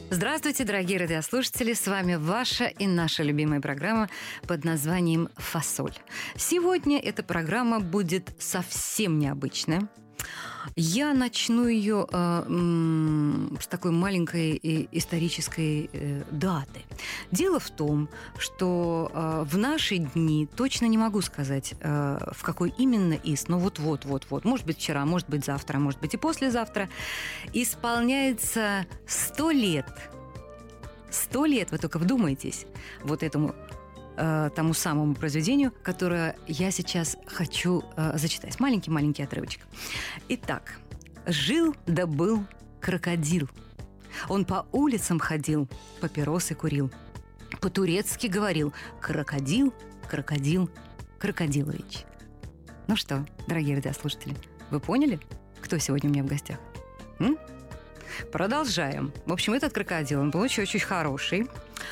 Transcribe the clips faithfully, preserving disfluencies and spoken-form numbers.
Здравствуйте, дорогие радиослушатели! С вами ваша и наша любимая программа под названием «Фасоль». Сегодня эта программа будет совсем необычная. Я начну ее э, м, с такой маленькой э, исторической э, даты. Дело в том, что э, в наши дни, точно не могу сказать, э, в какой именно из, но вот-вот-вот-вот, может быть вчера, может быть завтра, может быть и послезавтра, исполняется сто лет. Сто лет, вы только вдумайтесь, вот этому э, тому самому произведению, которое я сейчас хочу э, зачитать. Маленький-маленький отрывочек. Итак, жил да был крокодил. Он по улицам ходил, папиросы курил. По-турецки говорил: крокодил, крокодил, крокодилович. Ну что, дорогие радиослушатели, вы поняли, кто сегодня у меня в гостях? М? Продолжаем. В общем, этот крокодил, он был очень-очень хороший.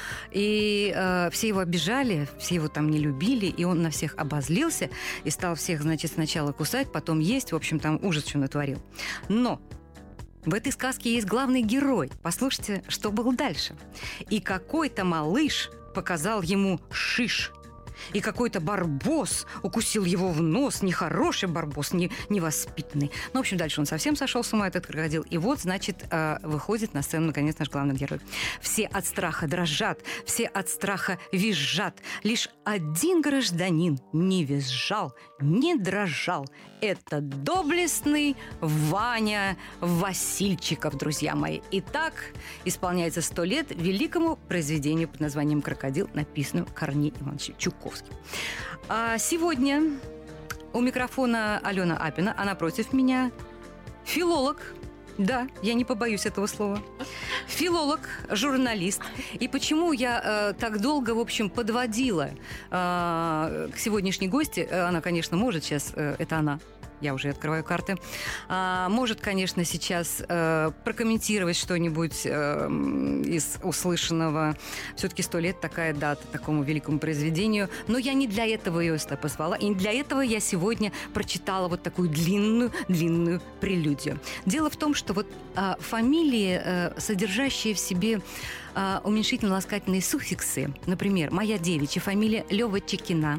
И э, все его обижали, все его там не любили, и он на всех обозлился и стал всех, значит, сначала кусать, потом есть. В общем, там ужас что натворил. Но в этой сказке есть главный герой. Послушайте, что было дальше. И какой-то малыш показал ему шиш. И какой-то барбос укусил его в нос. Нехороший барбос, не, невоспитанный. Ну, в общем, дальше он совсем сошел с ума, этот крокодил. И вот, значит, выходит на сцену, наконец, наш главный герой. Все от страха дрожат, все от страха визжат. Лишь один гражданин не визжал, не дрожал. Это доблестный Ваня Васильчиков, друзья мои. Итак, исполняется сто лет великому произведению под названием «Крокодил», написанному Корнеем Ивановичем Чуковским. А сегодня у микрофона Алена Апина, а напротив меня филолог. Да, я не побоюсь этого слова. Филолог, журналист. И почему я э, так долго, в общем, подводила э, к сегодняшней гости? Она, конечно, может сейчас, э, это она. Я уже открываю карты. А, может, конечно, сейчас э, прокомментировать что-нибудь э, из услышанного. Все-таки сто лет такая дата такому великому произведению. Но я не для этого ее позвала. И для этого я сегодня прочитала вот такую длинную-длинную прелюдию. Дело в том, что вот э, фамилии, э, содержащие в себе э, уменьшительно-ласкательные суффиксы, например, моя девичья фамилия Лёва-Чекина,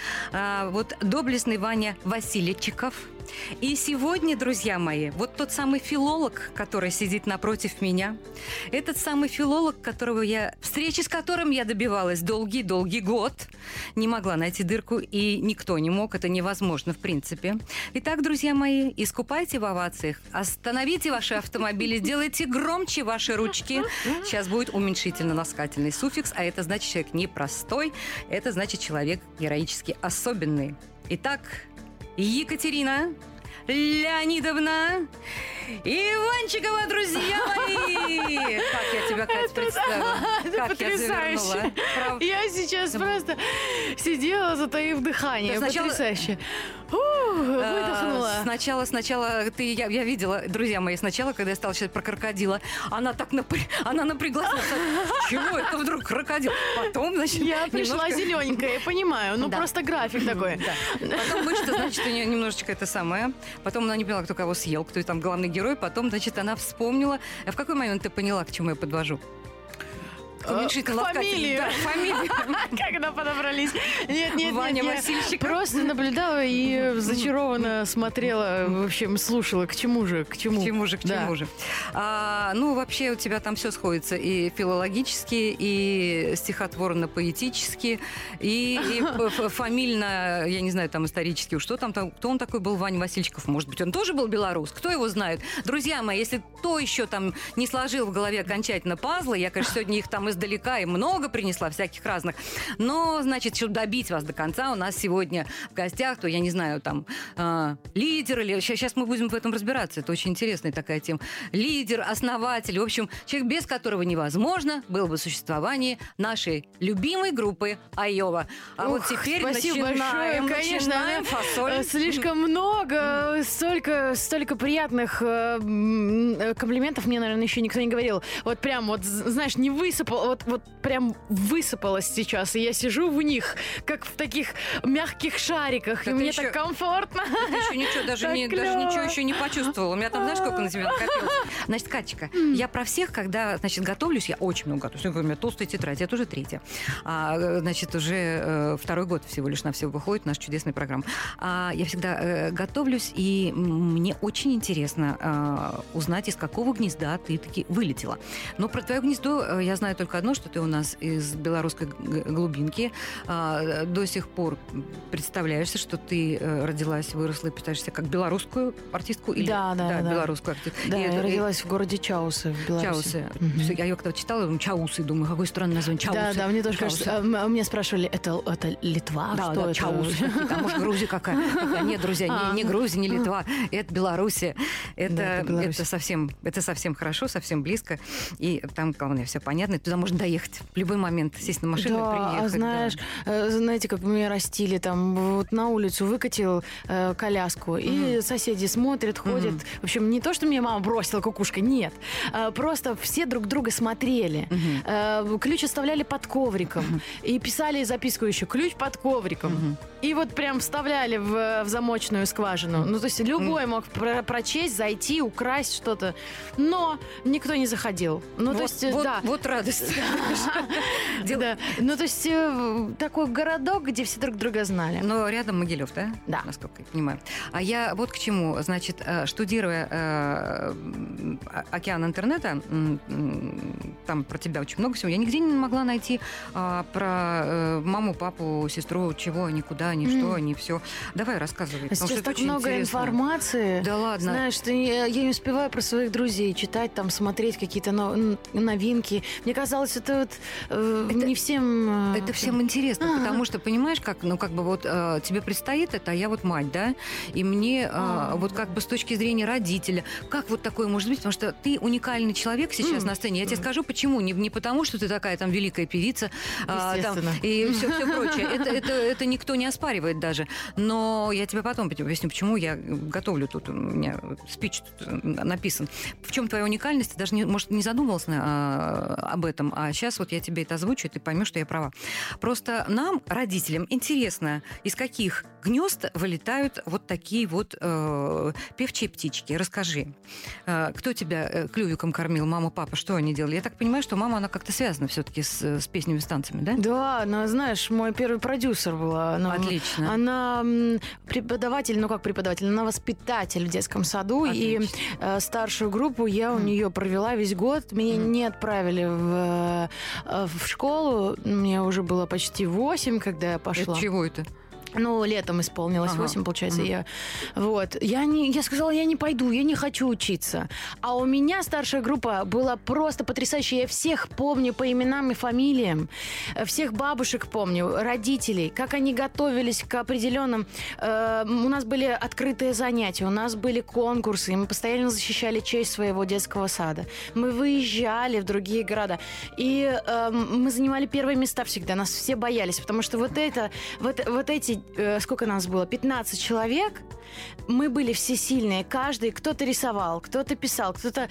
А, вот доблестный Ваня Васильчиков. И сегодня, друзья мои, вот тот самый филолог, который сидит напротив меня, этот самый филолог, которого я, встречи с которым я добивалась долгий-долгий год, не могла найти дырку, и никто не мог, это невозможно в принципе. Итак, друзья мои, искупайте в овациях, остановите ваши автомобили, сделайте громче ваши ручки. Сейчас будет уменьшительно-ласкательный суффикс, а это значит человек непростой, это значит человек героически особенный. Итак, Екатерина Леонидовна Иванчикова, друзья мои! Как я тебя, Катя, представила? Это как потрясающе. Я, я сейчас это... просто сидела, затаив дыхание. Сначала... Потрясающе. Ух, выдохнула. А, сначала, сначала, ты, я, я видела, друзья мои, сначала, когда я стала читать про крокодила, она так напря... она напряглась. Чего это вдруг крокодил? Потом, значит, я пришла немножко... зелененькая, я понимаю. Ну, да. Просто график такой. Да. Потом мышца, значит, у нее немножечко это самое. Потом она не поняла, кто кого съел, кто там главный герой. Потом, значит, она вспомнила. А в какой момент ты поняла, к чему я подвожу? Фамилию. Да, фамилию. Когда подобрались. Нет, нет, Ваня нет. Васильчиков. Просто наблюдала и зачарованно смотрела, в общем, слушала, к чему же, к чему. К чему же, к да. чему же. А, ну, вообще у тебя там все сходится. И филологически, и стихотворно-поэтически, и, и фамильно, я не знаю, там исторически, что там, там, кто он такой был, Ваня Васильчиков? Может быть, он тоже был белорус? Кто его знает? Друзья мои, если кто еще там не сложил в голове окончательно пазлы, я, конечно, сегодня их там издалека и много принесла всяких разных. Но, значит, чтобы добить вас до конца, у нас сегодня в гостях, то, я не знаю, там, э, лидер или... Сейчас мы будем в этом разбираться. Это очень интересная такая тема. Лидер, основатель, в общем, человек, без которого невозможно было бы существование нашей любимой группы Айова. А Ух, вот теперь спасибо начинаем, большое. Конечно, начинаем фасоль. Слишком много, столько, столько приятных комплиментов мне, наверное, еще никто не говорил. Вот прям, вот, знаешь, не высыпал, вот, вот прям высыпалась сейчас, и я сижу в них, как в таких мягких шариках, да, и мне еще, так комфортно. Ты еще ничего, даже, не, даже ничего еще не почувствовала. У меня там, знаешь, сколько на тебя накопилось? Значит, Катечка, я про всех, когда, значит, готовлюсь, я очень много готовлюсь. У меня толстая тетрадь, это уже третья. А, значит, уже э, второй год всего лишь на все выходит наша чудесная программа. А, я всегда э, готовлюсь, и мне очень интересно э, узнать, из какого гнезда ты таки вылетела. Но про твое гнездо я знаю только одно, что ты у нас из белорусской глубинки. А, до сих пор представляешься, что ты родилась, выросла и питаешься как белорусскую артистку? Или... Да, да, да. да. белорусскую артистку. Да, и я это, родилась и... в городе Чаусы, в Беларуси. Чаусы. Угу. Я ее когда читала, думаю, Чаусы, думаю, какое странное название, Чаусы. Да, да, мне тоже Чаусы. кажется. А, меня спрашивали, это, это Литва? Да, что да, это? Чаусы. А может, Грузия какая? Нет, друзья, не, не Грузия, не Литва. Это Белоруссия. Это, да, это, это, совсем, это совсем хорошо, совсем близко. И там, главное, все понятно. Туда можно доехать в любой момент, сесть на машину да, и приехать. А знаешь, да. знаете, как меня растили, там вот на улицу выкатил э, коляску, mm-hmm. и соседи смотрят, ходят. Mm-hmm. В общем, не то, что меня мама бросила кукушкой, нет. А, просто все друг друга смотрели. Mm-hmm. А, ключ оставляли под ковриком. Mm-hmm. И писали записку еще, ключ под ковриком. Mm-hmm. И вот прям вставляли в, в замочную скважину. Ну, то есть любой mm-hmm. мог про- прочесть, зайти, украсть что-то. Но никто не заходил. Ну, вот, то есть, вот, да. Вот радость. Да. Ну, то есть такой городок, где все друг друга знали. Но рядом Могилев, да? Да. Насколько я понимаю. А я вот к чему. Значит, штудируя э, океан интернета, там про тебя очень много всего, я нигде не могла найти э, про э, маму, папу, сестру, чего, никуда, ни mm. что, ни все. Давай, рассказывай. А сейчас так много интересно. Информации. Да ладно. Знаешь, что я, я не успеваю про своих друзей читать, там, смотреть какие-то новинки. Мне казалось, это вот э, это, не всем... Это всем интересно, ага. потому что, понимаешь, как, ну, как бы вот э, тебе предстоит это, а я вот мать, да, и мне э, а, вот как бы с точки зрения родителя, как вот такое может быть, потому что ты уникальный человек сейчас mm. на сцене. Я тебе скажу, почему. Не, не потому, что ты такая там великая певица а, там, и все, все прочее. Это, это, это никто не оспаривает даже. Но я тебе потом объясню, почему я готовлю тут, у меня спич тут написан. В чем твоя уникальность? Ты даже, не, может, не задумывалась на, а, об этом, а сейчас вот я тебе это озвучу, и ты поймешь, что я права. Просто нам, родителям, интересно, из каких гнезд вылетают вот такие вот э, певчие птички. Расскажи, э, кто тебя э, клювиком кормил, мама, папа, что они делали? Я так понимаю, что мама, она как-то связана все-таки с, с песнями, с танцами, да? Да, она, знаешь, мой первый продюсер была. Она, Отлично. Она преподаватель, ну как преподаватель, она воспитатель в детском саду. Отлично. И э, старшую группу я у нее провела весь год. Меня mm. не отправили в, в школу. Мне уже было почти восемь, когда я пошла. Это чего это? Ну, летом исполнилось ага. восемь, получается. Ага. Я, вот. я, не, я сказала, я не пойду, я не хочу учиться. А у меня старшая группа была просто потрясающая. Я всех помню по именам и фамилиям. Всех бабушек помню, родителей. Как они готовились к определенным... Э, у нас были открытые занятия, у нас были конкурсы. И мы постоянно защищали честь своего детского сада. Мы выезжали в другие города. И э, мы занимали первые места всегда. Нас все боялись, потому что вот это... Вот, вот эти сколько нас было? пятнадцать человек. Мы были все сильные. Каждый, кто-то рисовал, кто-то писал, кто-то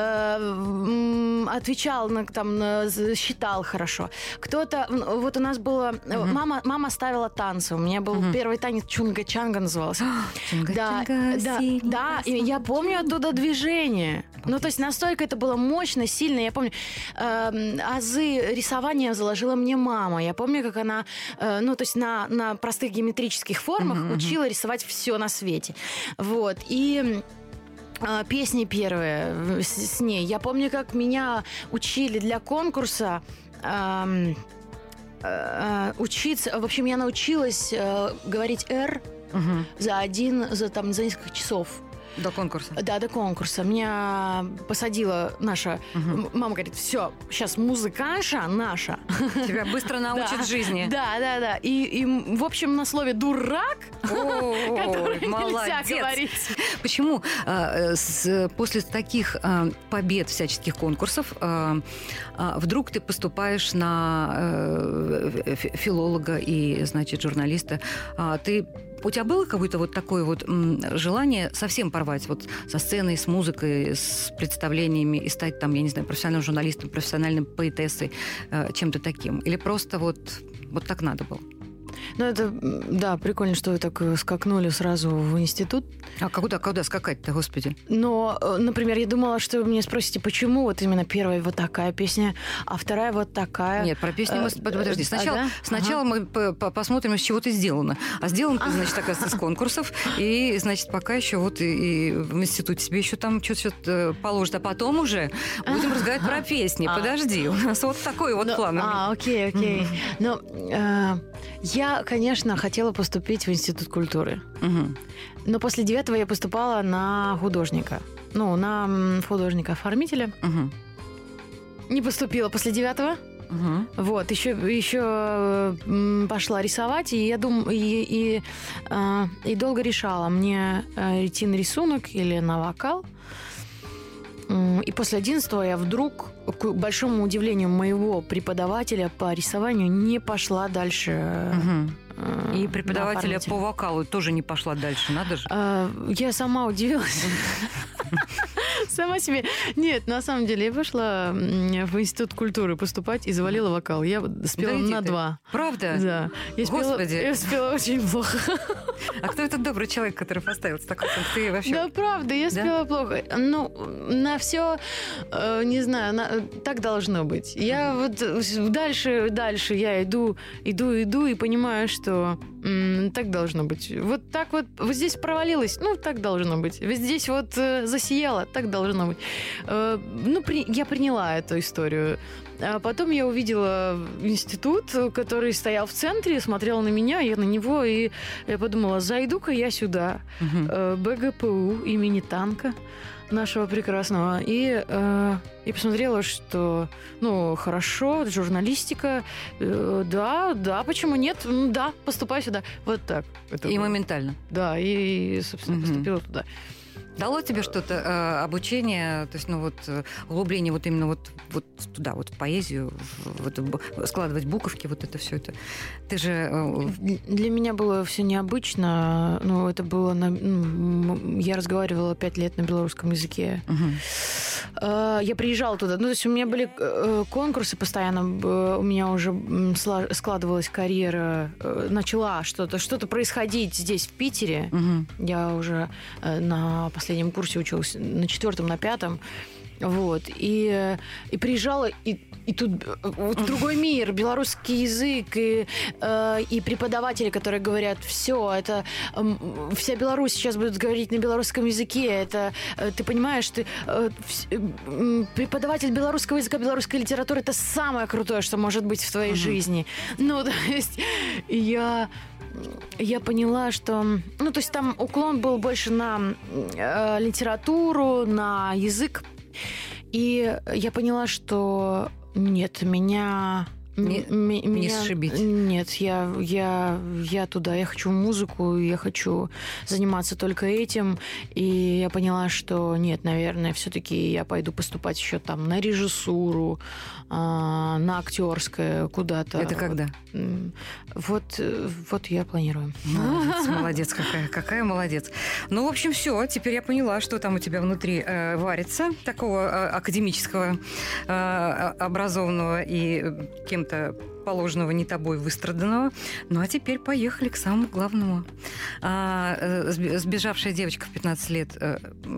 э, отвечал, на, там, считал хорошо. Кто-то... Вот у нас было... Uh-huh. Мама, мама ставила танцы. У меня был uh-huh. первый танец Чунга-Чанга назывался. Да, да, да. И я помню оттуда движение. Ну, то есть настолько это было мощно, сильно. Я помню, э, азы рисования заложила мне мама. Я помню, как она... Э, ну, то есть на, на простых геометрических формах uh-huh. учила рисовать все на свете. Вот. И э, песни первые с, с ней. Я помню, как меня учили для конкурса э, э, учиться. В общем, я научилась э, говорить «р» uh-huh. за один, за, там, за несколько часов. До конкурса? Да, до конкурса. Меня посадила наша... Угу. Мама говорит, все, сейчас музыканша наша. Тебя быстро научат да. жизни. Да, да, да. И, и, в общем, на слове «дурак», который нельзя говорить. Почему после таких побед всяческих конкурсов вдруг ты поступаешь на филолога и, значит, журналиста? Ты у тебя было какое-то вот такое вот м, желание совсем порвать вот со сценой, с музыкой, с представлениями и стать там, я не знаю, профессиональным журналистом, профессиональным поэтессой, э, чем-то таким? Или просто вот, вот так надо было? Ну, это, да, прикольно, что вы так скакнули сразу в институт. А куда, куда скакать-то, господи? Но, например, я думала, что вы меня спросите, почему вот именно первая вот такая песня, а вторая вот такая. Нет, про песню мы... Подожди, сначала, а, да? сначала ага. мы посмотрим, из чего ты сделана. А сделана ты, значит, оказывается, с конкурсов. И, значит, пока еще вот и, и в институте тебе еще там что-то положат. А потом уже будем разговаривать про песни. Подожди, у нас вот такой вот план. А, окей, окей. Ну, я, конечно, хотела поступить в Институт культуры. Угу. Но после девятого я поступала на художника. Ну, на художника-оформителя. Угу. Не поступила после девятого. Угу. Вот, еще, еще пошла рисовать, и я дум, и, и, э, и долго решала, мне идти на рисунок или на вокал. И после одиннадцатого я вдруг, к большому удивлению моего преподавателя по рисованию, не пошла дальше. Угу. И преподавателя по вокалу тоже не пошла дальше, надо же. Я сама удивилась. Сама себе. Нет, на самом деле, я пошла в Институт культуры поступать и завалила вокал. Я спела на два. Правда? Да. Я спела, Господи. Я спела очень плохо. А кто этот добрый человек, который поставил такой? Ты вообще... Да, правда, я спела да? плохо. Ну, на все, э, не знаю, на, так должно быть. Я вот дальше, дальше я иду, иду, иду и понимаю, что м, так должно быть. Вот так вот, вот здесь провалилась, ну, так должно быть. Вот здесь вот э, засияла, так должно быть. Э, ну, при, я приняла эту историю. А потом я увидела институт, который стоял в центре, смотрел на меня, я на него, и я подумала, зайду-ка я сюда, угу. БГПУ имени Танка, нашего прекрасного, и, э, и посмотрела, что, ну, хорошо, журналистика, э, да, да, почему нет, да, поступай сюда, вот так. Это и было. Моментально. Да, и, собственно, угу. поступила туда. Дало тебе что-то э, обучение, то есть, ну вот углубление вот именно вот, вот туда, вот в поэзию, в, в, складывать буковки, вот это все это. Ты же... Э... Для меня было все необычно, ну, это было... На, ну, я разговаривала пять лет на белорусском языке. Угу. Э, я приезжала туда, ну, то есть у меня были э, конкурсы постоянно, э, у меня уже складывалась карьера, э, начала что-то, что-то происходить здесь, в Питере. Угу. Я уже э, на В последнем курсе училась, на четвертом, на пятом. Вот. И, и приезжала, и, и тут вот другой мир, белорусский язык, и, э, и преподаватели, которые говорят, все, это э, вся Беларусь сейчас будет говорить на белорусском языке. Это, э, ты понимаешь, ты, э, э, преподаватель белорусского языка, белорусской литературы — это самое крутое, что может быть в твоей uh-huh. жизни. Ну, то есть я... Я поняла, что... Ну, то есть там уклон был больше на э, литературу, на язык. И я поняла, что нет, меня... Не, м- не меня, сшибить. Нет, я, я, я туда, я хочу музыку, я хочу заниматься только этим. И я поняла, что нет, наверное, все-таки я пойду поступать еще там на режиссуру, э, на актерское куда-то. Это когда? Вот, вот я планирую. Молодец, молодец, какая, какая молодец. Ну, в общем, все. Теперь я поняла, что там у тебя внутри э, варится, такого э, академического, э, образованного и кем-то положенного не тобой выстраданного. Ну, а теперь поехали к самому главному. А, э, сбежавшая девочка в пятнадцать лет э,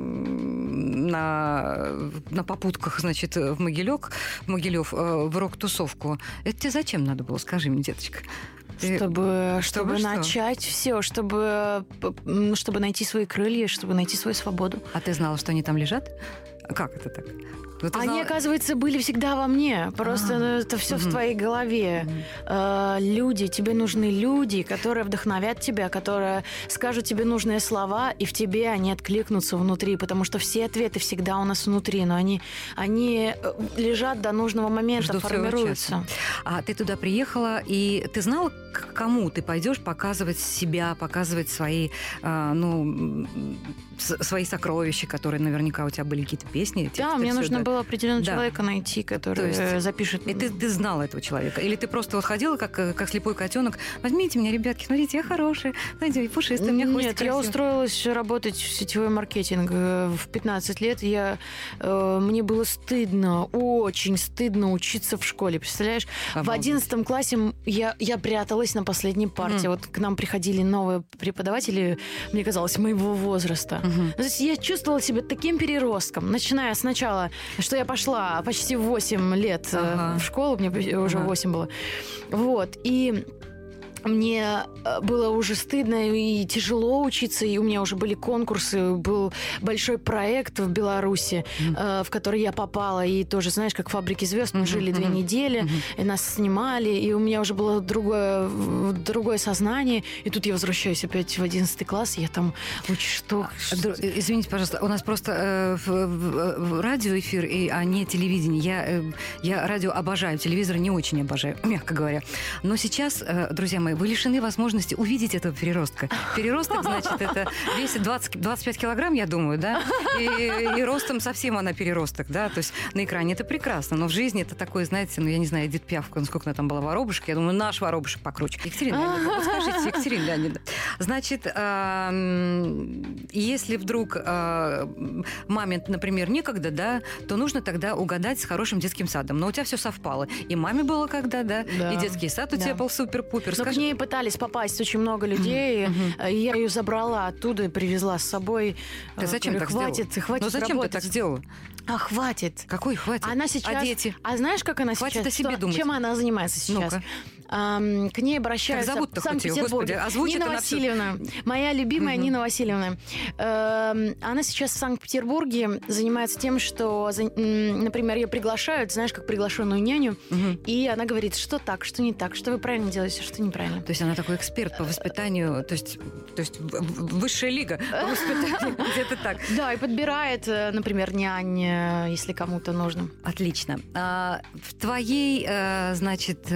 на, на попутках, значит, в Могилёв, в Могилёв, э, в рок-тусовку. Это тебе зачем надо было? Скажи мне, деточка. Ты... Чтобы, чтобы, чтобы начать все, чтобы, чтобы найти свои крылья, чтобы найти свою свободу. А ты знала, что они там лежат? Как это так? Вот они, знала... оказывается, были всегда во мне. Просто А-а-а. это все угу. в твоей голове. Угу. Люди, тебе нужны люди, которые вдохновят тебя, которые скажут тебе нужные слова, и в тебе они откликнутся внутри, потому что все ответы всегда у нас внутри, но они, они лежат до нужного момента, ждут, формируются. А ты туда приехала, и ты знала, к кому ты пойдешь показывать себя, показывать свои, э, ну, свои сокровища, которые наверняка у тебя были какие-то песни? Да, мне нужно, было определенного да. человека найти, который есть, запишет. И ты, ты знала этого человека? Или ты просто вот ходила, как, как слепой котенок, возьмите меня, ребятки, смотрите, я хорошая, знаете, пушистая, у меня хвостик Нет, красивый. Я устроилась работать в сетевой маркетинг в пятнадцать лет. Я, э, мне было стыдно, очень стыдно учиться в школе. Представляешь? Обалдеть. В одиннадцатом классе я, я пряталась на последней парте. Mm. Вот к нам приходили новые преподаватели, мне казалось, моего возраста. Mm-hmm. То есть я чувствовала себя таким переростком, начиная сначала, что я пошла почти в восемь лет uh-huh. в школу, мне уже uh-huh. восемь было. Вот. И мне было уже стыдно и тяжело учиться, и у меня уже были конкурсы, был большой проект в Беларуси, mm-hmm. в который я попала, и тоже, знаешь, как «Фабрики звезд», мы mm-hmm. жили две недели, mm-hmm. и нас снимали, и у меня уже было другое, другое сознание, и тут я возвращаюсь опять в одиннадцатый класс, я там учу, что... Извините, пожалуйста, у нас просто э, в, в, в радиоэфир, и, а не телевидение. Я, э, я радио обожаю, телевизор не очень обожаю, мягко говоря. Но сейчас, э, друзья мои, вы лишены возможности увидеть этого переростка. Переросток, значит, это весит двадцать, двадцать пять килограмм, я думаю, да? И, и ростом совсем она переросток, да? То есть на экране это прекрасно, но в жизни это такое, знаете, ну, я не знаю, Эдит Пиаф, насколько она там была воробушек, я думаю, наш воробушек покруче. Екатерина Леонидовна, вот скажите, Екатерина Леонидовна, значит, если вдруг маме, например, некогда, да, то нужно тогда угадать с хорошим детским садом. Но у тебя все совпало. И маме было когда, да, да. и детский сад у да. тебя был супер-пупер. Скажи... К ней пытались попасть очень много людей. Mm-hmm. Я ее забрала оттуда и привезла с собой. Ты зачем говорю, так хватит, сделала? хватит Ну зачем работать. ты так сделала? А хватит. Какой хватит? Она сейчас... А дети? А знаешь, как она хватит сейчас? О себе Что... думать. Чем она занимается сейчас? Ну-ка. Um, к ней обращаются как зовут-то в Санкт-Петербурге. Нина Васильевна. Моя любимая mm-hmm. Нина Васильевна. Uh, она сейчас в Санкт-Петербурге занимается тем, что, например, ее приглашают, знаешь, как приглашенную няню, mm-hmm. и она говорит, что так, что не так, что вы правильно делаете, что неправильно. То есть она такой эксперт по воспитанию, то есть, то есть высшая лига по воспитанию, где-то так. Да, и подбирает, например, нянь, если кому-то нужно. Отлично. А в твоей, значит,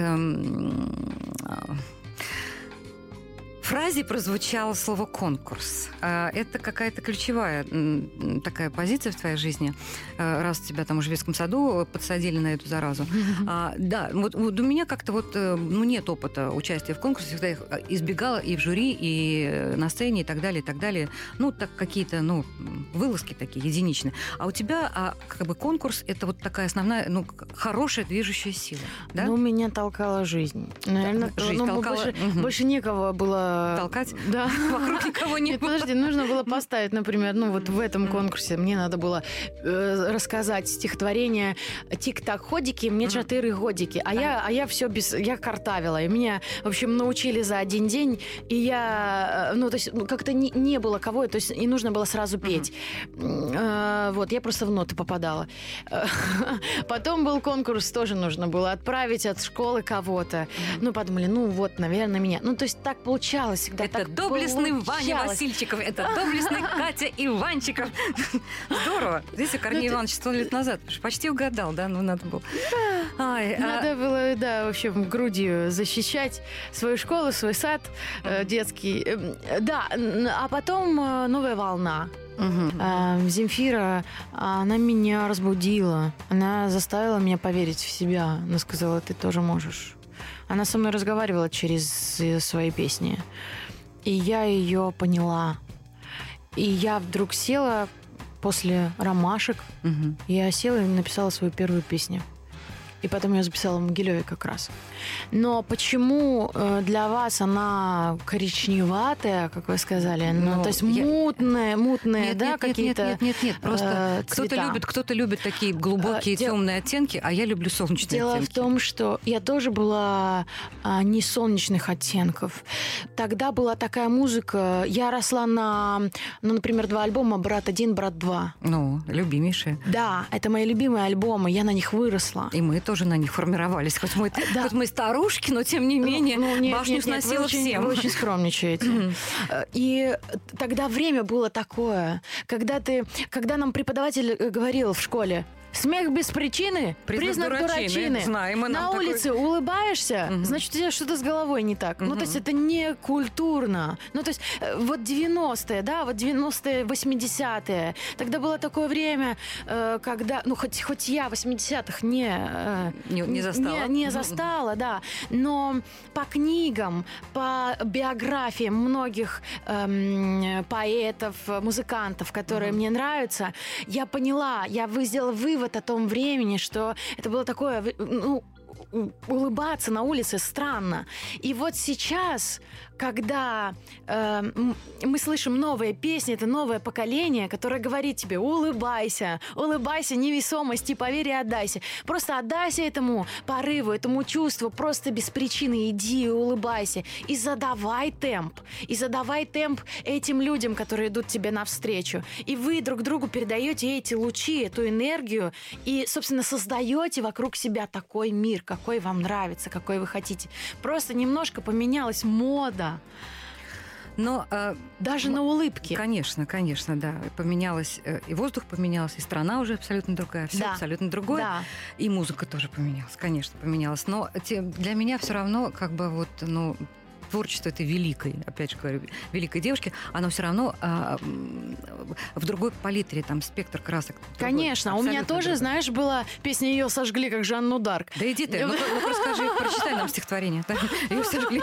фразе прозвучало слово «конкурс». Это какая-то ключевая такая позиция в твоей жизни, раз тебя там уже в детском саду подсадили на эту заразу. Mm-hmm. А, да, вот, вот у меня как-то вот, ну, нет опыта участия в конкурсе, всегда их избегала и в жюри, и на сцене, и так далее, и так далее. Ну, так какие-то, ну, вылазки такие, единичные. А у тебя а, как бы конкурс — это вот такая основная, ну, хорошая движущая сила, да? Ну, меня толкала жизнь. Наверное, да, жизнь ну, толкала. Больше, угу. больше некого было... Толкать? Да. Вокруг никого не Нет, было. подожди, нужно было поставить, например, ну вот в этом конкурсе мне надо было э, рассказать стихотворение «Тик-так ходики, мне mm-hmm. четыре годики». А, а. я, а я все без... Я картавила. И меня, в общем, научили за один день. И я... Ну, то есть как-то не, не было кого, то есть и нужно было сразу петь. Mm-hmm. Э, вот, я просто в ноты попадала. Потом был конкурс, тоже нужно было отправить от школы кого-то. Mm-hmm. Ну, подумали, ну вот, наверное, меня. Ну, то есть так получалось всегда. Это так доблестный получалось. Ваня Васильчиков, это доблестный Катя Иванчиков. Здорово. Здесь у Корнея Ивановича сто лет назад. Почти угадал, да? Ну, надо было. Ай, надо а... было, да, в общем, грудью защищать свою школу, свой сад э, детский. Да, а потом э, новая волна. Угу. Э, Земфира, она меня разбудила. Она заставила меня поверить в себя. Она сказала, ты тоже можешь. Она со мной разговаривала через свои песни. И я ее поняла. И я вдруг села после «Ромашек». Угу. Я села и написала свою первую песню. И потом я записала в Могилеве как раз. Но почему для вас она коричневатая, как вы сказали? Ну, ну, то есть я... мутная, мутная, нет, да, нет, какие-то нет, нет, нет, нет, просто э, кто-то любит, кто-то любит такие глубокие Дел... темные оттенки, а я люблю солнечные Дело оттенки. Дело в том, что я тоже была а, не солнечных оттенков. Тогда была такая музыка. Я росла на, ну, например, два альбома «Брат один, брат два». Ну, любимейшие. Да, это мои любимые альбомы. Я на них выросла. И мы тоже на них формировались. Хоть мы, да. хоть мы старушки, но тем не менее ну, ну, нет, башню нет, нет, сносила вы очень, всем. Вы очень скромничаете. И тогда время было такое, когда ты, когда нам преподаватель говорил в школе, Смех без причины – признак, признак дурачины. дурачины. Знаем, мы На улице такой... улыбаешься, угу. значит, у тебя что-то с головой не так. Угу. Ну, то есть это не культурно. Ну, то есть вот девяностые, да, вот девяностые, восьмидесятые. Тогда было такое время, когда, ну, хоть, хоть я в восьмидесятых не... Не, не застала. Не, не застала, да. Но по книгам, по биографиям многих эм, поэтов, музыкантов, которые угу. мне нравятся, я поняла, я сделала вывод о том времени, что это было такое, ну, улыбаться на улице странно. И вот сейчас, когда э, мы слышим новые песни, это новое поколение, которое говорит тебе: улыбайся, улыбайся, невесомости, поверь и отдайся. Просто отдайся этому порыву, этому чувству, просто без причины иди и улыбайся. И задавай темп. И задавай темп этим людям, которые идут тебе навстречу. И вы друг другу передаете эти лучи, эту энергию, и, собственно, создаете вокруг себя такой мир, какой вам нравится, какой вы хотите. Просто немножко поменялась мода. Но э, даже м- на улыбки. Конечно, конечно, да. Поменялось, э, и воздух поменялся, и страна уже абсолютно другая, все да. абсолютно другое. Да. И музыка тоже поменялась, конечно, поменялась. Но те, для меня все равно, как бы вот, ну, творчество этой великой, опять же говорю, великой девушки, оно все равно а, в другой палитре, там спектр красок. Конечно, другой, у меня тоже, другой. Знаешь, была песня «Ее сожгли, как Жанну Дарк». Да иди ты, ну просто скажи, прочитай нам стихотворение. Ее сожгли.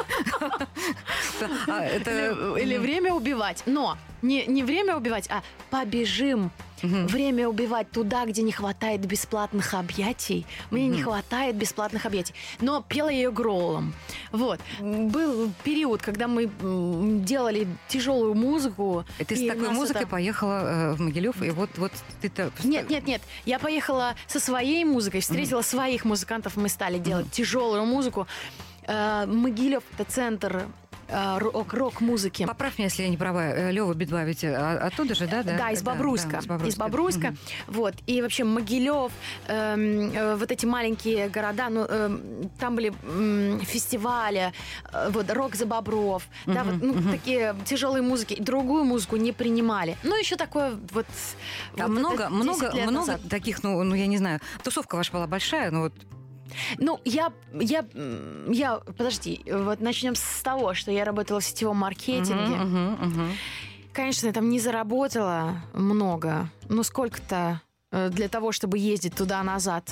Или «Время убивать». Но не, не время убивать, а побежим. Угу. Время убивать туда, где не хватает бесплатных объятий. Мне угу. не хватает бесплатных объятий. Но пела я ее гроулом. Вот. Был период, когда мы делали тяжелую музыку. И ты с такой музыкой это... поехала э, в Могилев, и вот, вот ты-то... Нет, нет, нет. Я поехала со своей музыкой, встретила угу. своих музыкантов, мы стали делать угу. тяжелую музыку. Э, Могилев — это центр... Рок, рок-музыки. Поправь меня, если я не права. Лёва Би-два ведь оттуда же, да? Да, да из Бобруйска. Да, да, из Бобруйска. Из Бобруйска. Угу. Вот. И вообще Могилев, э, э, вот эти маленькие города, ну, э, там были э, фестивали, э, вот, рок за Бобров, угу, да, вот, ну, угу. такие тяжелые музыки. Другую музыку не принимали. Ну, еще такое вот... А вот много, много, много таких, ну, ну, я не знаю, тусовка ваша была большая, но вот... Ну, я, я, я, подожди, вот начнем с того, что я работала в сетевом маркетинге. Uh-huh, uh-huh, uh-huh. Конечно, я там не заработала много, ну, сколько-то для того, чтобы ездить туда-назад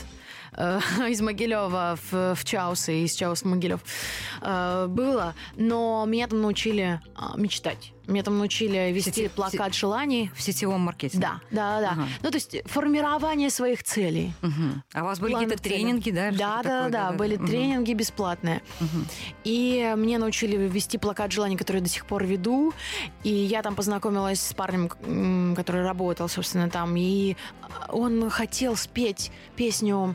из Могилева в, в Чаус и из Чаус в Могилев было, но меня там научили мечтать. Меня там научили вести Сети... плакат желаний. В сетевом маркетинге? Да, да, да. Ага. Ну, то есть формирование своих целей. Угу. А у вас были какие-то тренинги, да? Да, да, да, да, были угу. тренинги бесплатные. Угу. И мне научили вести плакат желаний, который я до сих пор веду. И я там познакомилась с парнем, который работал, собственно, там. И он хотел спеть песню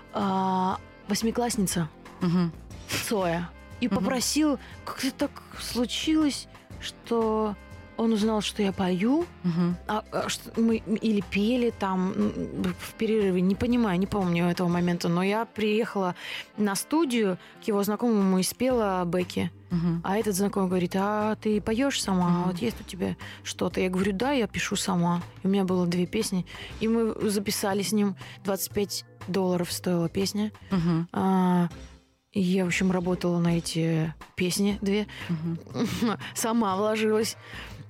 «Восьмиклассница» угу. Цоя. И угу. попросил, как-то так случилось, что он узнал, что я пою, uh-huh. а, а, что мы или пели там в перерыве, не понимаю, не помню этого момента, но я приехала на студию к его знакомому и спела бэки. Uh-huh. А этот знакомый говорит: а ты поешь сама? Uh-huh. Вот есть у тебя что-то? Я говорю: да, я пишу сама. И у меня было две песни, и мы записали с ним. двадцать пять долларов стоила песня. Uh-huh. А, И я, в общем, работала на эти песни две. Uh-huh. Сама вложилась.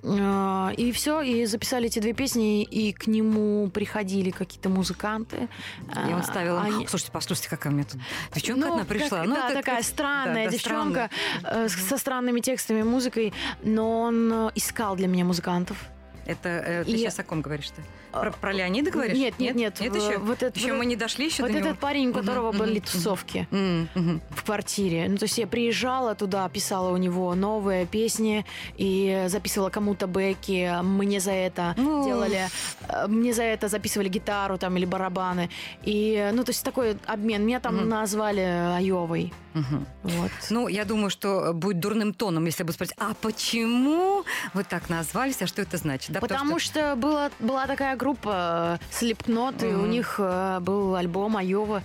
И все, и записали эти две песни, и к нему приходили какие-то музыканты. И он ставил... Они... Слушайте, послушайте, какая у меня тут девчонка ну, одна пришла. Как, ну, да, это, такая как... странная да, да, девчонка странная. Со странными текстами, музыкой, но он искал для меня музыкантов. Это э, ты и... сейчас о ком говоришь-то? Про, про Леонида говоришь? Нет, нет, нет. Нет, еще? Вот это, еще вот мы не дошли еще вот до этот него? парень, у которого uh-huh, были uh-huh, тусовки uh-huh, uh-huh. в квартире. Ну, то есть я приезжала туда, писала у него новые песни и записывала кому-то бэки. Мне за это uh-huh. делали... Мне за это записывали гитару там или барабаны. И, ну, то есть такой обмен. Меня там uh-huh. назвали Айовой. Uh-huh. Вот. Ну, я думаю, что будет дурным тоном, если бы спросить: а почему вы так назвались, а что это значит? Да, потому, потому что, что была, была такая группа Slipknot, uh-huh. и у них был альбом Айова.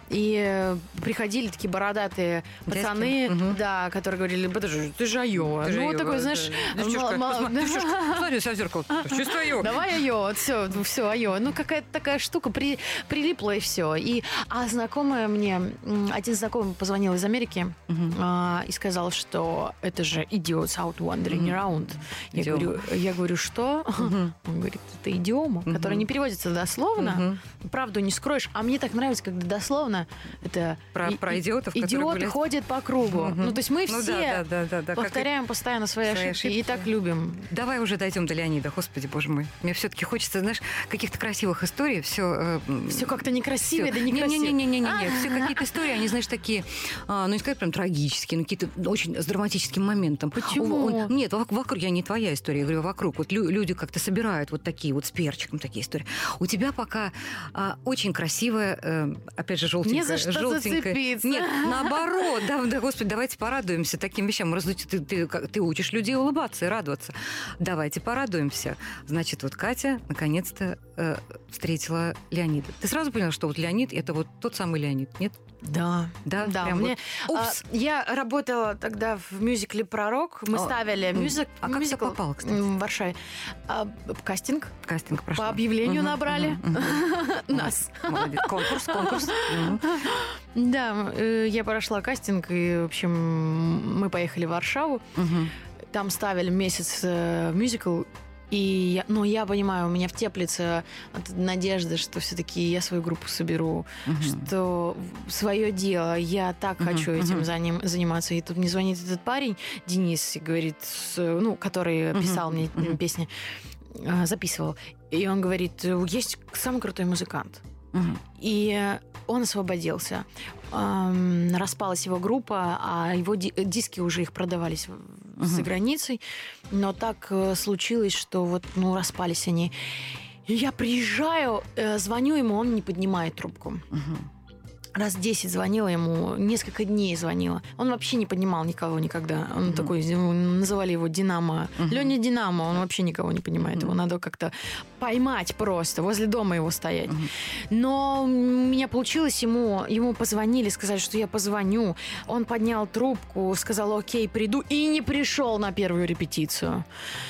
И приходили такие бородатые Дядьки? пацаны, Угу. да, которые говорили, подожди, ты же Айова. Ты же Ну, вот Айова, такой, да. знаешь... Девчушка, ма- ма- посмотри, девчушка, смотри себя в зеркало. Чувство Айова. Давай Айова, все, все, Айова. Ну, какая-то такая штука при, прилипла, и все. И, а знакомая мне, м, один знакомый позвонил из Америки Мгм. а, и сказал, что это же Idiots Out Wandering Мгм. Around. Я Идиома. говорю, я говорю, что? Мгм. Он говорит, это идиома, Мгм. которая не переводится дословно. Мгм. Правду не скроешь. А мне так нравится, когда дословно это... Про- и- про и- идиотов, которые Идиоты гуляют. ходят по кругу. Мгм. Ну, то есть мы Ну все да, да, да, да, да. Как и- повторяем постоянно свои, свои ошибки, и ошибки. так любим. Давай уже дойдем до Леонида, господи, боже мой. Мне все-таки хочется, знаешь, каких-то красивых историй. Все, Все как-то некрасиво, да некрасиво. Не-не-не-не-не. Все какие-то истории, они, знаешь, такие, а, ну не сказать прям трагические, но какие-то очень с драматическим моментом. Почему? Он- нет, вок- вокруг, я не твоя история, я говорю, вокруг. Вот лю- люди как-то собирают вот такие вот с перчиком такие истории. У тебя пока а, очень красивая, э, опять же, желтенькая. Не за что желтенькая. зацепиться. Нет, наоборот. Да, да, господи, давайте порадуемся таким вещам. Раздуть, ты, ты, как- ты учишь людей улыбаться и радоваться. Давайте порадуемся. Значит, вот Катя наконец-то э, встретила Леонида. Ты сразу поняла, что вот Леонид — это вот тот самый Леонид, нет? Да. Да, Да, прям мне, вот. а, Упс. я работала тогда в мюзикле «Пророк». Мы О, ставили м. мюзик, А как ты мюзикл попала, кстати? м, в Варшаве. А, кастинг Кастинг прошла. по объявлению Мгм, набрали мгм, мгм. нас. Молодец. Конкурс, конкурс. Мгм. Да, э, я прошла кастинг, и, в общем, мы поехали в Варшаву. Мгм. Там ставили месяц э, мюзикл. И я, ну, я понимаю, у меня в теплице от надежды, что все-таки я свою группу соберу, Мгм. что свое дело, я так Мгм, хочу этим мгм. заним- заниматься. И тут мне звонит этот парень, Денис, и говорит, с- ну, который Мгм, писал мне мгм. песни, э, записывал. И он говорит, есть самый крутой музыкант. Мгм. И он освободился. Эм, распалась его группа, а его ди- диски уже их продавались в- за Мгм. границей. Но так э, случилось, что вот, ну, распались они. И я приезжаю, э, звоню ему, он не поднимает трубку. Мгм. Раз десять звонила ему, несколько дней звонила. Он вообще не поднимал никого никогда. Он Мгм. такой, ну, называли его Динамо. Мгм. Леня Динамо, он вообще никого не понимает. Мгм. Его надо как-то поймать просто, возле дома его стоять. Мгм. Но у меня получилось, ему, ему позвонили, сказали, что я позвоню. Он поднял трубку, сказал, окей, приду, и не пришел на первую репетицию.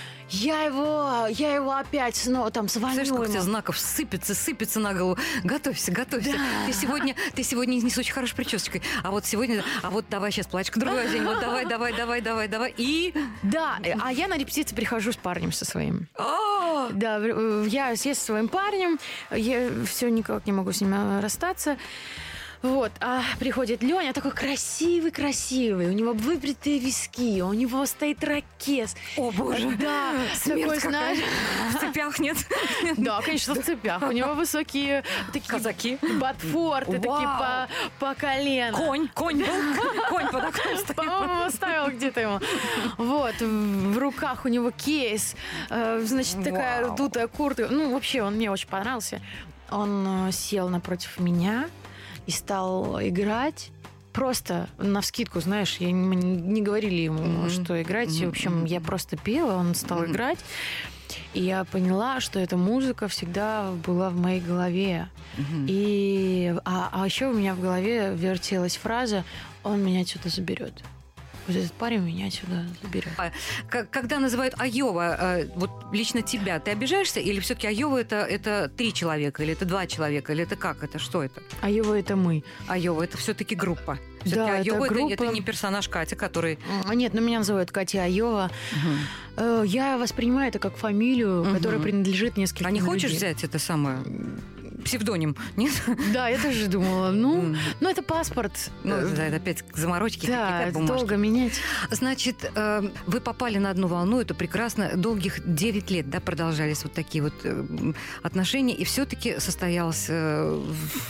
Я его, я его опять снова там звоню Представляешь, сколько у тебя ему. знаков сыпется, сыпется на голову. Готовься, готовься. Да. Ты сегодня, ты сегодня не с очень хорошей прической. А вот сегодня, а вот давай сейчас платьишко другой одень. Вот давай, давай, давай, давай, давай. И... Да, а я на репетиции прихожу с парнем со своим. А! Да, в- я, я со своим парнем, я все никак не могу с ним э, расстаться. Вот, а приходит Леня, такой красивый-красивый, у него выбритые виски, у него стоит ракес. О, боже. Да, Смерть такой, какая. знаешь, В цепях нет. да, конечно, в цепях. У него высокие такие Казаки. ботфорты, такие Вау. по, по колено. Конь, конь был. Конь под окном стоял. По-моему, оставил где-то ему. Вот, в в руках у него кейс, э, значит, такая Вау. дутая куртка. Ну, вообще, он мне очень понравился. Он э, сел напротив меня и стал играть. Просто навскидку, знаешь, я, мы не, не говорили ему, Мгм. что играть. Мгм. В общем, я просто пела, он стал Мгм. играть. И я поняла, что эта музыка всегда была в моей голове. Мгм. И, а, а еще у меня в голове вертелась фраза «Он меня отсюда заберет». Вот этот парень меня отсюда заберет. К- Когда называют Айова, э, вот лично тебя, ты обижаешься? Или все-таки Айова это, это три человека, или это два человека, или это как? Это что это? А его это мы. Айова это все-таки группа. Все-таки Да, это Айова это, группа. это не персонаж Катя, который. А, Нет, ну меня называют Катя Айова. Э, Я воспринимаю это как фамилию, Мгм. которая принадлежит нескольким А не хочешь людям. взять это самое псевдоним? Нет? Да, я тоже думала. Ну, М. ну это паспорт. Ну, Э, да, это опять заморочки Да, какие-то, это бумажки. долго менять. Значит, э, вы попали на одну волну, это прекрасно. Долгих девять лет, да, продолжались вот такие вот э, м, отношения, и все-таки состоялась э,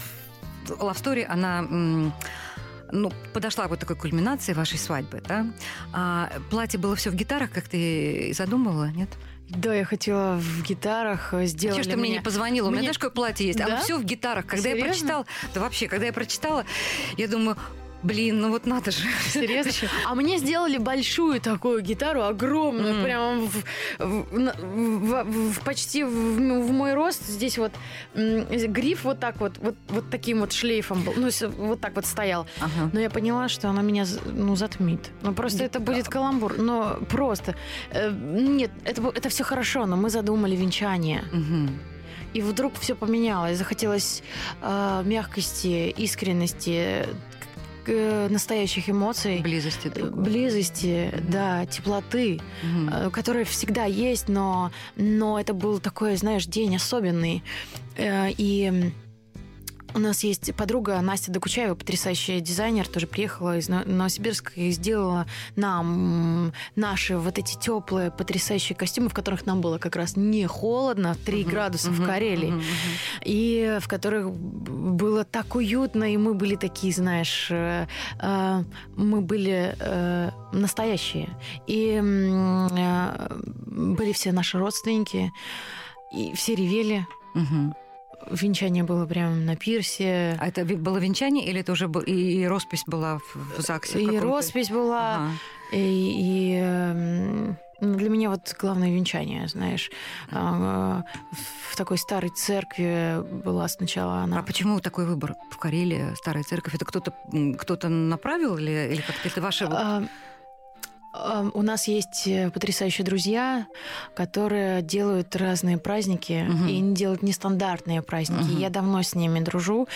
в- love story, она м, ну, подошла к вот такой кульминации вашей свадьбы, да? А платье было все в гитарах, как ты и задумывала, нет? Да, я хотела в гитарах э, сделать. Чего ж ты мне не позвонила? У меня, Мне- знаешь, какое платье есть? Да? Оно все в гитарах. Когда я Серьезно? прочитала, да вообще, когда я прочитала, я думаю, Блин, ну вот надо же. Серьезно? А мне сделали большую такую гитару, огромную, mm-hmm. прям в, в, в, в, почти в, в мой рост. Здесь вот гриф вот так вот, вот, вот таким вот шлейфом был. Ну, вот так вот стоял. Ага. Но я поняла, что она меня ну, затмит. Ну, просто это будет каламбур. Но просто... Нет, это, это все хорошо, но мы задумали венчание. Mm-hmm. И вдруг все поменялось. Захотелось э, мягкости, искренности, настоящих эмоций. Близости. Другого. Близости, да, теплоты, угу. которая всегда есть, но, но это был такой, знаешь, день особенный. И у нас есть подруга Настя Докучаева, потрясающий дизайнер, тоже приехала из Новосибирска и сделала нам наши вот эти теплые, потрясающие костюмы, в которых нам было как раз не холодно, три uh-huh, градуса uh-huh, в Карелии, uh-huh, uh-huh. и в которых было так уютно, и мы были такие, знаешь, э, э, мы были э, настоящие. И э, были все наши родственники, и все ревели. Uh-huh. Венчание было прямо на пирсе. А это было венчание или это уже был, и, и роспись была в, в ЗАГСе? И роспись была, ага. и, и для меня вот главное венчание, знаешь. В такой старой церкви была сначала она. А почему такой выбор в Карелии, старая церковь? Это кто-то, кто-то направил или, или как-то это ваши... А... У нас есть потрясающие друзья, которые делают разные праздники, uh-huh. и они делают нестандартные праздники. Uh-huh. Я давно с ними дружу,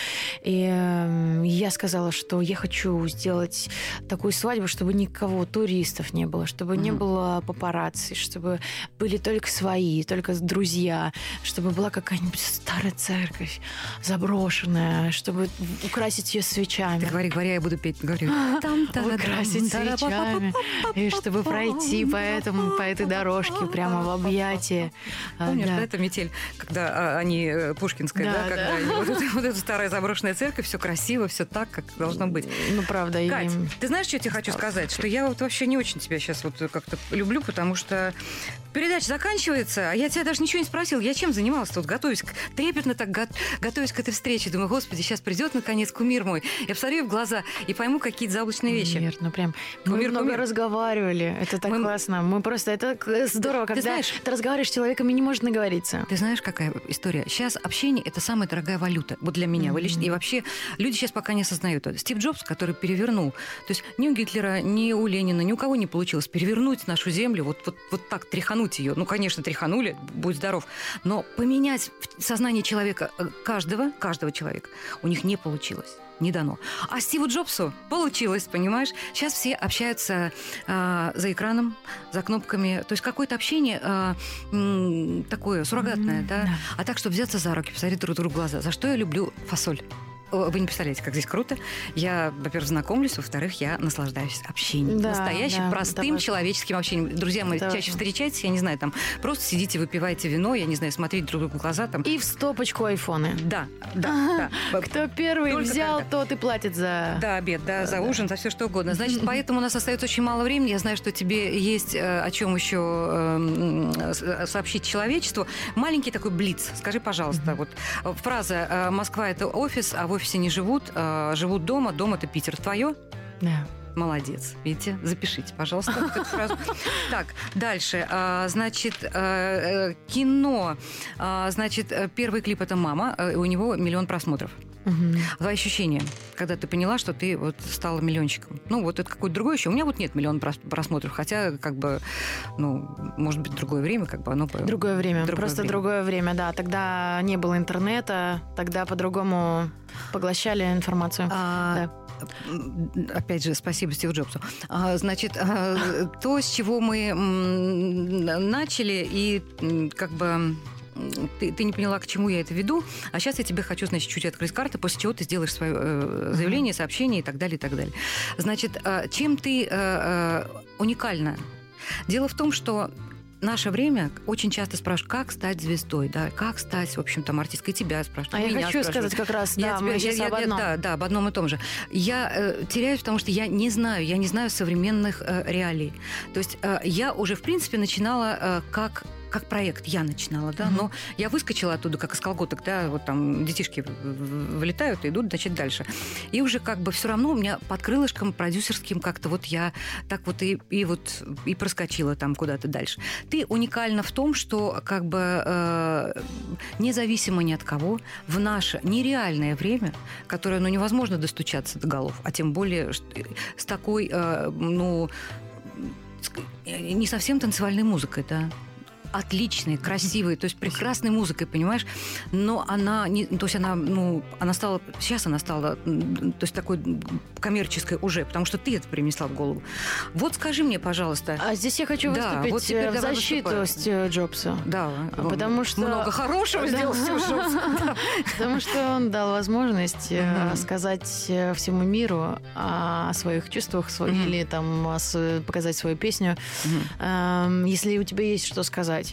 и я сказала, что я хочу сделать такую свадьбу, чтобы никого, туристов не было, чтобы uh-huh. не было папарацци, чтобы были только свои, только друзья, чтобы была какая-нибудь старая церковь, заброшенная, чтобы украсить ее свечами. Ты говори, говори, я буду петь, говорю. Украсить свечами. И чтобы пройти по этому, по этой дорожке прямо в объятия. Помнишь, да, да это метель, когда они, Пушкинская, да, да, когда да. Они, вот, это, вот эта старая заброшенная церковь, все красиво, все так, как должно быть. Ну, правда. Кать, им... ты знаешь, что я тебе хочу сказать? Что я вот вообще не очень тебя сейчас вот как-то люблю, потому что передача заканчивается, а я тебя даже ничего не спросила. Я чем занималась тут? Готовясь, к... трепетно так го... готовясь к этой встрече. Думаю, господи, сейчас придет наконец кумир мой. Я посмотрю в глаза и пойму какие-то заоблачные вещи. Кумир, ну прям кумир, мы много кумир. разговаривали. Это так мы... классно. Мы просто... Это здорово, когда ты, знаешь, ты разговариваешь с человеком и не можешь наговориться. Ты знаешь, какая история? Сейчас общение – это самая дорогая валюта. Вот для меня. Mm-hmm. И вообще люди сейчас пока не осознают. Стив Джобс, который перевернул. То есть ни у Гитлера, ни у Ленина, ни у кого не получилось перевернуть нашу землю, вот, вот, вот так тряхануть ее. Ну, конечно, тряханули, будь здоров. Но поменять сознание человека, каждого, каждого человека, у них не получилось. Не дано. А Стиву Джобсу получилось, понимаешь? Сейчас все общаются э, за экраном, за кнопками. То есть какое-то общение э, м, такое суррогатное, mm-hmm, да? да? А так, чтобы взяться за руки, посмотреть друг другу в глаза. За что я люблю фасоль? Вы не представляете, как здесь круто. Я, во-первых, знакомлюсь, во-вторых, я наслаждаюсь общением. Да, настоящим, да, простым это человеческим общением. Друзья мои, чаще встречаетесь, я не знаю, там, просто сидите, выпиваете вино, я не знаю, смотрите друг другу в глаза. Там. И в стопочку айфоны. Да, да, да. Кто первый Только взял, тогда. тот и платит за... Да, обед, да, за ужин, за все что угодно. Значит, поэтому у нас остается очень мало времени. Я знаю, что тебе есть о чем еще сообщить человечеству. Маленький такой блиц. Скажи, пожалуйста, вот фраза «Москва – это офис, а в офисе не живут, а живут дома, дом – это Питер». Твое? Да. Молодец. Видите? Запишите, пожалуйста, эту фразу. Так, дальше. Значит, кино. Значит, первый клип – это «Мама». У него миллион просмотров. Угу. Твои ощущения, когда ты поняла, что ты вот стала миллиончиком? Ну, вот это какое-то другое еще. У меня вот нет миллиона просмотров, хотя, как бы, ну, может быть, другое время, как бы оно... Другое время, другое просто время. другое время, да. Тогда не было интернета, тогда по-другому поглощали информацию. А... Да. Опять же, спасибо Стиву Джобсу. А, значит, а, то, с чего мы начали, и как бы... Ты, ты не поняла, к чему я это веду, а сейчас я тебе хочу, значит, чуть открыть карты, после чего ты сделаешь свое э, заявление, сообщение и так далее, и так далее. Значит, э, чем ты э, э, уникальна? Дело в том, что наше время очень часто спрашивают, как стать звездой, да, как стать, в общем, там, артисткой, тебя спрашивают. А я хочу сказать как раз, да, я мы тебя, сейчас я, об одном. Да, да, об одном и том же. Я э, теряюсь, потому что я не знаю, я не знаю современных э, реалий. То есть э, я уже, в принципе, начинала э, как как проект я начинала, да, mm-hmm. но я выскочила оттуда, как из колготок, да, вот там детишки вылетают и идут, значит, дальше. И уже как бы все равно у меня под крылышком продюсерским как-то вот я так вот и, и вот и проскочила там куда-то дальше. Ты уникальна в том, что как бы э, независимо ни от кого, в наше нереальное время, которое, ну, невозможно достучаться до голов, а тем более с такой, э, ну, не совсем танцевальной музыкой, да, отличной, красивой, то есть прекрасной музыкой, понимаешь, но она, не, то есть она, ну, она стала, сейчас она стала, то есть такой коммерческой уже, потому что ты это принесла в голову. Вот скажи мне, пожалуйста. А здесь я хочу да, выступить вот в защиту Стива Джобса. Да, потому что... Много хорошего сделал Стив Джобс. Потому что он дал возможность сказать всему миру о своих чувствах или там показать свою песню, если у тебя есть что сказать.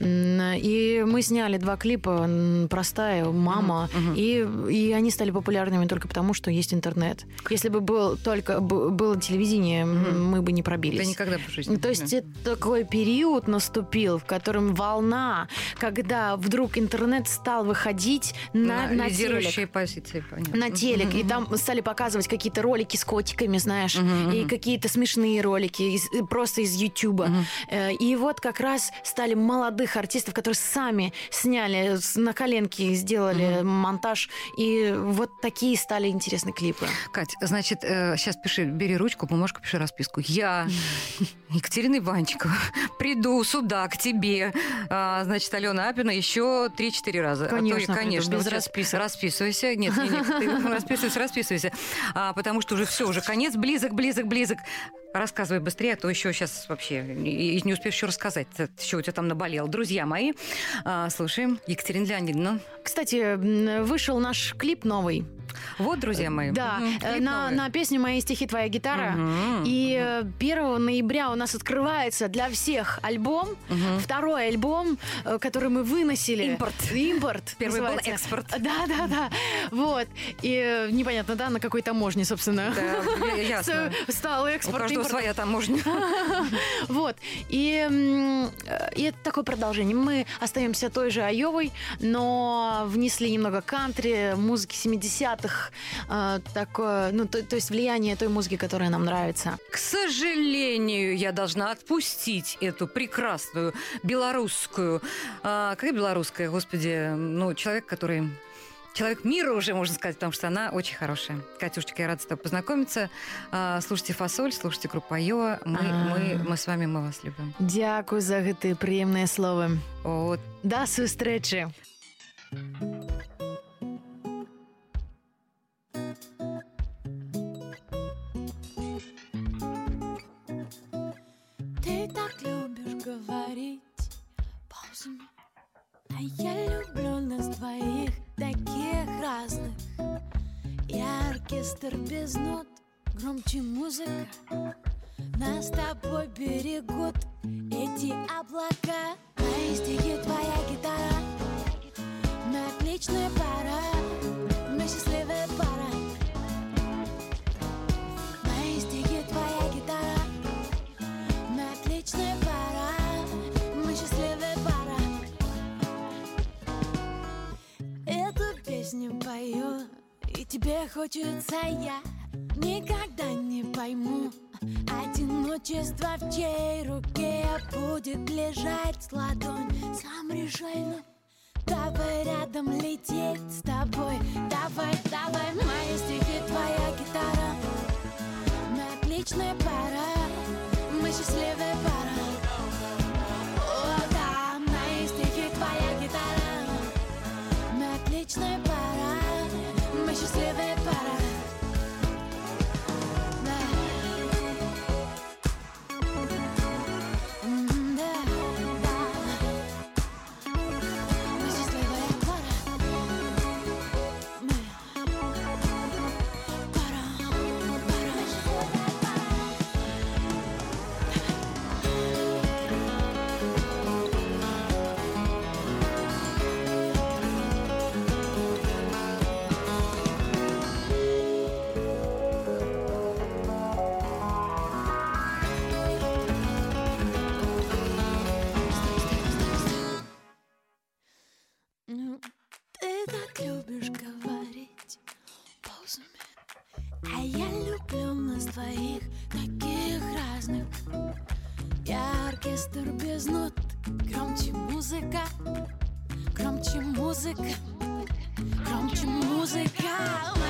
И мы сняли два клипа «Простая», «Мама», mm-hmm. и, и они стали популярными только потому, что есть интернет. Если бы был только было телевидение, mm-hmm. мы бы не пробились. Да никогда бы в жизни. То есть это такой период наступил, в котором волна, когда вдруг интернет стал выходить на, на, на лидирующие телек. позиции, понятно. На телек. Mm-hmm. И там стали показывать какие-то ролики с котиками, знаешь, mm-hmm. и какие-то смешные ролики из, просто из Ютуба. Mm-hmm. И вот как раз стали молодых артистов, которые сами сняли на коленке, сделали mm-hmm. монтаж, и вот такие стали интересные клипы. Кать, значит, сейчас пиши, бери ручку, бумажку, пиши расписку. Я, Екатерина Иванчикова, приду сюда к тебе, значит, Алена Апина еще три-четыре раза. Конечно, а то, конечно, без вот расписок. Расписывайся. Нет, нет, нет, ты расписывайся, расписывайся. А, потому что уже все, уже конец, близок, близок, близок. Рассказывай быстрее, а то еще сейчас вообще и не успеешь еще рассказать, что у тебя там наболело. Друзья мои, слушаем Екатерину Леонидовну. Кстати, вышел наш клип новый. Вот, друзья мои. Да, угу, на, на песню «Мои стихи, твоя гитара». Угу, и угу. первого ноября у нас открывается для всех альбом. Угу. Второй альбом, который мы выносили. Импорт. Импорт. Первый называется. Был экспорт. Да, да, да. Вот. И непонятно, да, на какой таможне, собственно. Да, ясно. Стал экспорт. У каждого импорт. Своя таможня. Вот. И, и это такое продолжение. Мы остаемся той же Айовой, но внесли немного кантри, музыки семидесятых, э, такое, ну, то, то есть влияние той музыки, которая нам нравится. К сожалению, я должна отпустить эту прекрасную белорусскую... Э, какая белорусская, господи? Ну, человек, который... Человек мира уже, можно сказать, потому что она очень хорошая. Катюшечка, я рада с тобой познакомиться. А, слушайте «Фасоль», слушайте группу Айова. Мы, мы, мы с вами, мы вас любим. Дякую за гэтые приемные слова. Вот. До встречи. Ты так любишь говорить паузами, а я люблю нас двоих, таких разных. И оркестр без нот, громче музыка. Нас с тобой берегут эти облака. Мои стихи, твоя гитара. Мы отличная пара, мы счастливая пара. Мои стихи, твоя гитара. Мы отличная пара, мы счастливая пара. Эту песню пою, и тебе хочется я. Никогда не пойму одиночество, в чьей руке будет лежать ладонь. Сам решай, но давай рядом лететь с тобой. Давай, давай, мои стихи, твоя гитара. Мы отличная пара, мы счастливая пара. О, да, мои стихи, твоя гитара. Мы отличная пара, мы счастливая пара. твоих таких разных. Я оркестр без нот, громче музыка, громче музыка, громче музыка.